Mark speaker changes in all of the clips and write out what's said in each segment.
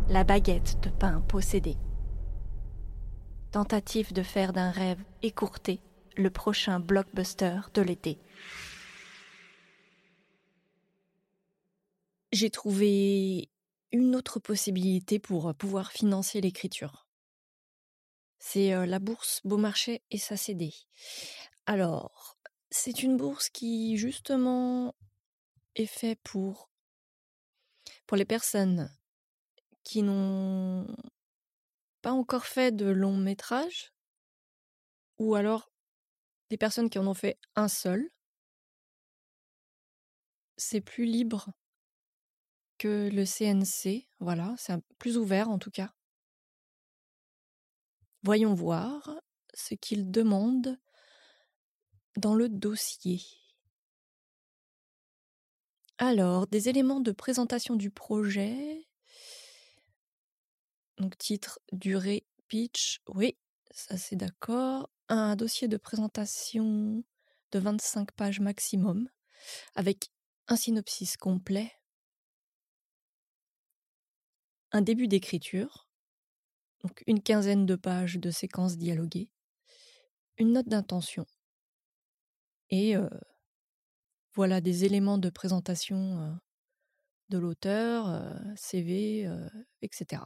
Speaker 1: La baguette de pain possédée. Tentative de faire d'un rêve écourté le prochain blockbuster de l'été. J'ai trouvé une autre possibilité pour pouvoir financer l'écriture. C'est la bourse Beaumarchais et SACD. Alors, c'est une bourse qui justement est faite pour les personnes qui n'ont pas encore fait de long métrage, ou alors des personnes qui en ont fait un seul. C'est plus libre que le CNC, voilà, c'est plus ouvert en tout cas. Voyons voir ce qu'il demande dans le dossier. Alors, des éléments de présentation du projet. Donc titre, durée, pitch, oui, ça c'est d'accord. Un dossier de présentation de 25 pages maximum, avec un synopsis complet, un début d'écriture, donc une quinzaine de pages de séquences dialoguées, une note d'intention, et voilà des éléments de présentation de l'auteur, CV, etc.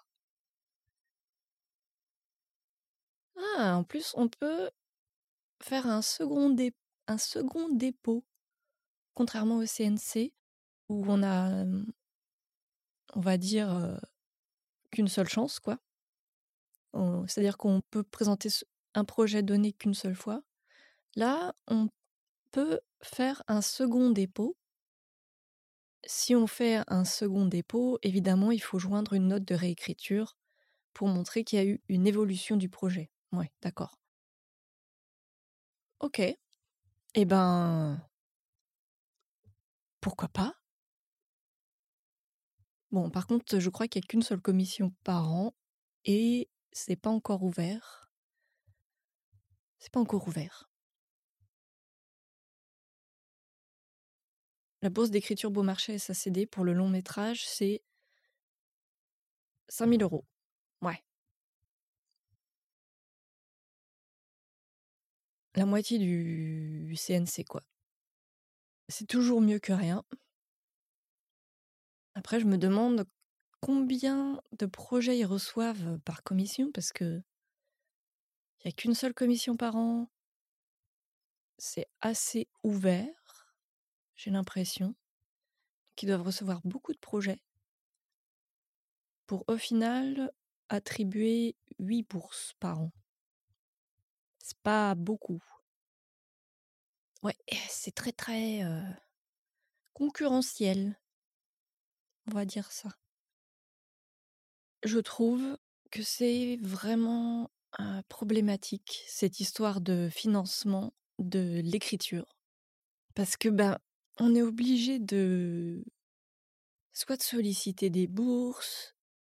Speaker 1: Ah, en plus, on peut faire un second dépôt, contrairement au CNC, où on a, on va dire, qu'une seule chance, quoi. C'est-à-dire qu'on peut présenter un projet donné qu'une seule fois. Là, on peut faire un second dépôt. Si on fait un second dépôt, évidemment, il faut joindre une note de réécriture pour montrer qu'il y a eu une évolution du projet. Ouais, d'accord. Ok. Eh ben, pourquoi pas? Bon, par contre, je crois qu'il n'y a qu'une seule commission par an et c'est pas encore ouvert. C'est pas encore ouvert. La bourse d'écriture Beaumarchais SACD pour le long métrage, c'est 5 000 €. Ouais. La moitié du CNC, quoi. C'est toujours mieux que rien. Après, je me demande combien de projets ils reçoivent par commission, parce que il n'y a qu'une seule commission par an. C'est assez ouvert, j'ai l'impression, qu'ils doivent recevoir beaucoup de projets pour au final attribuer 8 bourses par an. C'est pas beaucoup. Ouais, c'est très très concurrentiel, on va dire ça. Je trouve que c'est vraiment problématique, cette histoire de financement de l'écriture. Parce que on est obligé de soit de solliciter des bourses,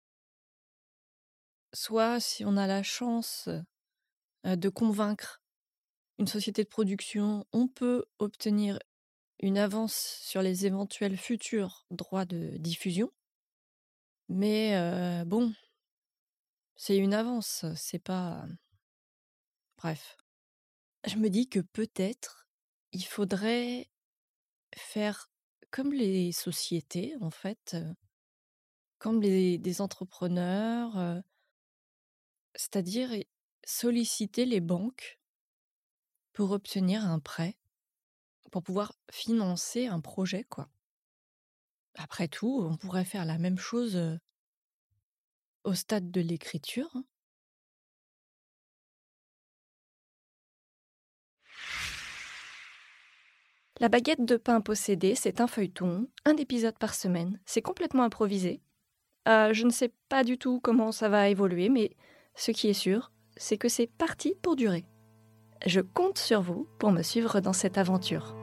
Speaker 1: soit si on a la chance de convaincre une société de production, on peut obtenir une avance sur les éventuels futurs droits de diffusion. Mais bon, c'est une avance, c'est pas... Bref. Je me dis que peut-être il faudrait faire comme les sociétés, en fait, comme des entrepreneurs, c'est-à-dire solliciter les banques pour obtenir un prêt, pour pouvoir financer un projet, quoi. Après tout, on pourrait faire la même chose au stade de l'écriture, hein. La baguette de pain possédée, c'est un feuilleton, un épisode par semaine. C'est complètement improvisé. Je ne sais pas du tout comment ça va évoluer, mais ce qui est sûr, c'est que c'est parti pour durer. Je compte sur vous pour me suivre dans cette aventure.